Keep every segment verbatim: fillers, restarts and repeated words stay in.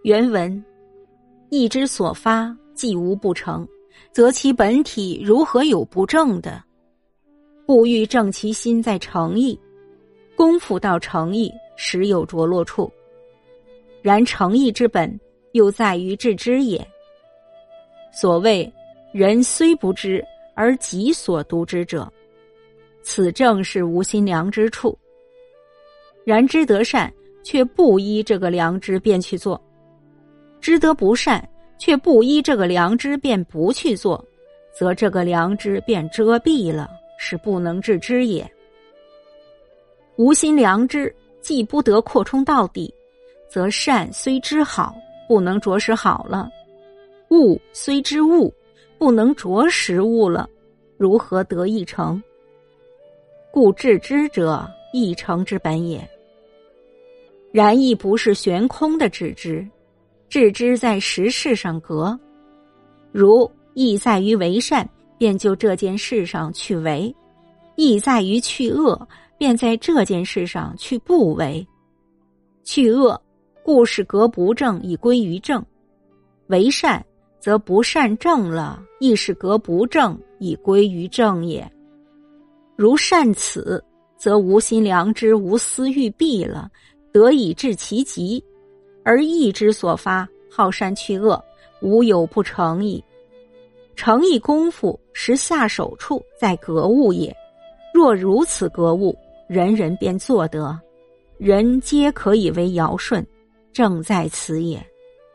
原文：意之所发，既无不成，则其本体如何有不正的？故欲正其心在诚意，功夫到诚意，实有着落处。然诚意之本，又在于致知也。所谓人虽不知，而己所独知者，此正是无心良知处。然知得善，却不依这个良知便去做；知得不善，却不依这个良知便不去做，则这个良知便遮蔽了，是不能致知也。无心良知既不得扩充到底，则善虽知好，不能着实好了；悟虽知悟，不能着实悟了，如何得一成？故致知者，一成之本也。然亦不是悬空的致知，致知在实事上格。如意在于为善，便就这件事上去为；意在于去恶，便在这件事上去不为。去恶，故是格不正以归于正；为善，则不善正了，亦是格不正以归于正也。如善此，则无心良知无私欲蔽了，得以致其极；而意之所发，好善去恶，无有不成矣。诚意功夫实下手处在格物也。若如此格物，人人便做得，人皆可以为尧舜，正在此也。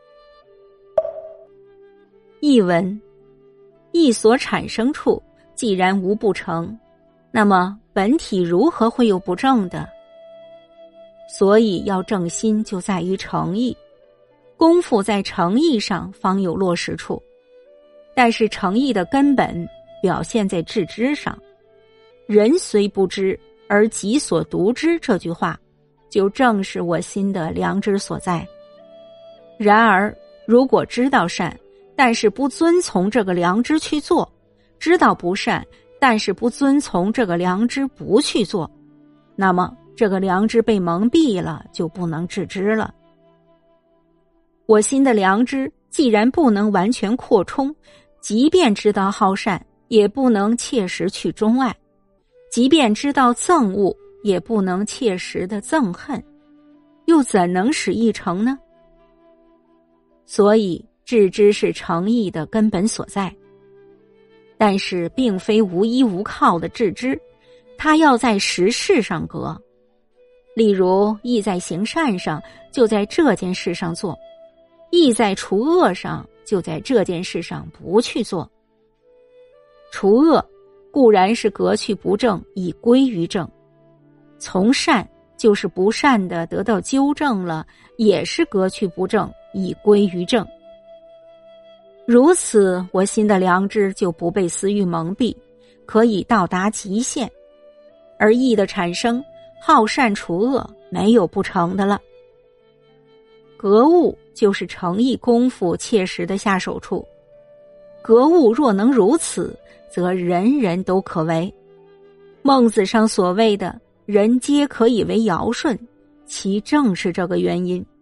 译文：意所产生处既然无不成，那么本体如何会有不正的？所以要正心，就在于诚意，功夫在诚意上方有落实处。但是诚意的根本表现在致知上。人虽不知，而己所独知，这句话就正是我心的良知所在。然而如果知道善，但是不遵从这个良知去做，知道不善，但是不遵从这个良知不去做，那么这个良知被蒙蔽了，就不能致知了。我心的良知既然不能完全扩充，即便知道好善，也不能切实去钟爱；即便知道憎恶，也不能切实的憎恨，又怎能使意成呢？所以致知是诚意的根本所在。但是并非无依无靠的致知，它要在实事上格。例如意在行善上，就在这件事上做；意在除恶上，就在这件事上不去做。除恶固然是革去不正以归于正，从善就是不善的得到纠正了，也是革去不正以归于正。如此，我心的良知就不被私欲蒙蔽，可以到达极限。而意的产生，好善除恶，没有不成的了。格物就是诚意功夫切实的下手处。格物若能如此，则人人都可为。孟子上所谓的人皆可以为尧舜，其正是这个原因。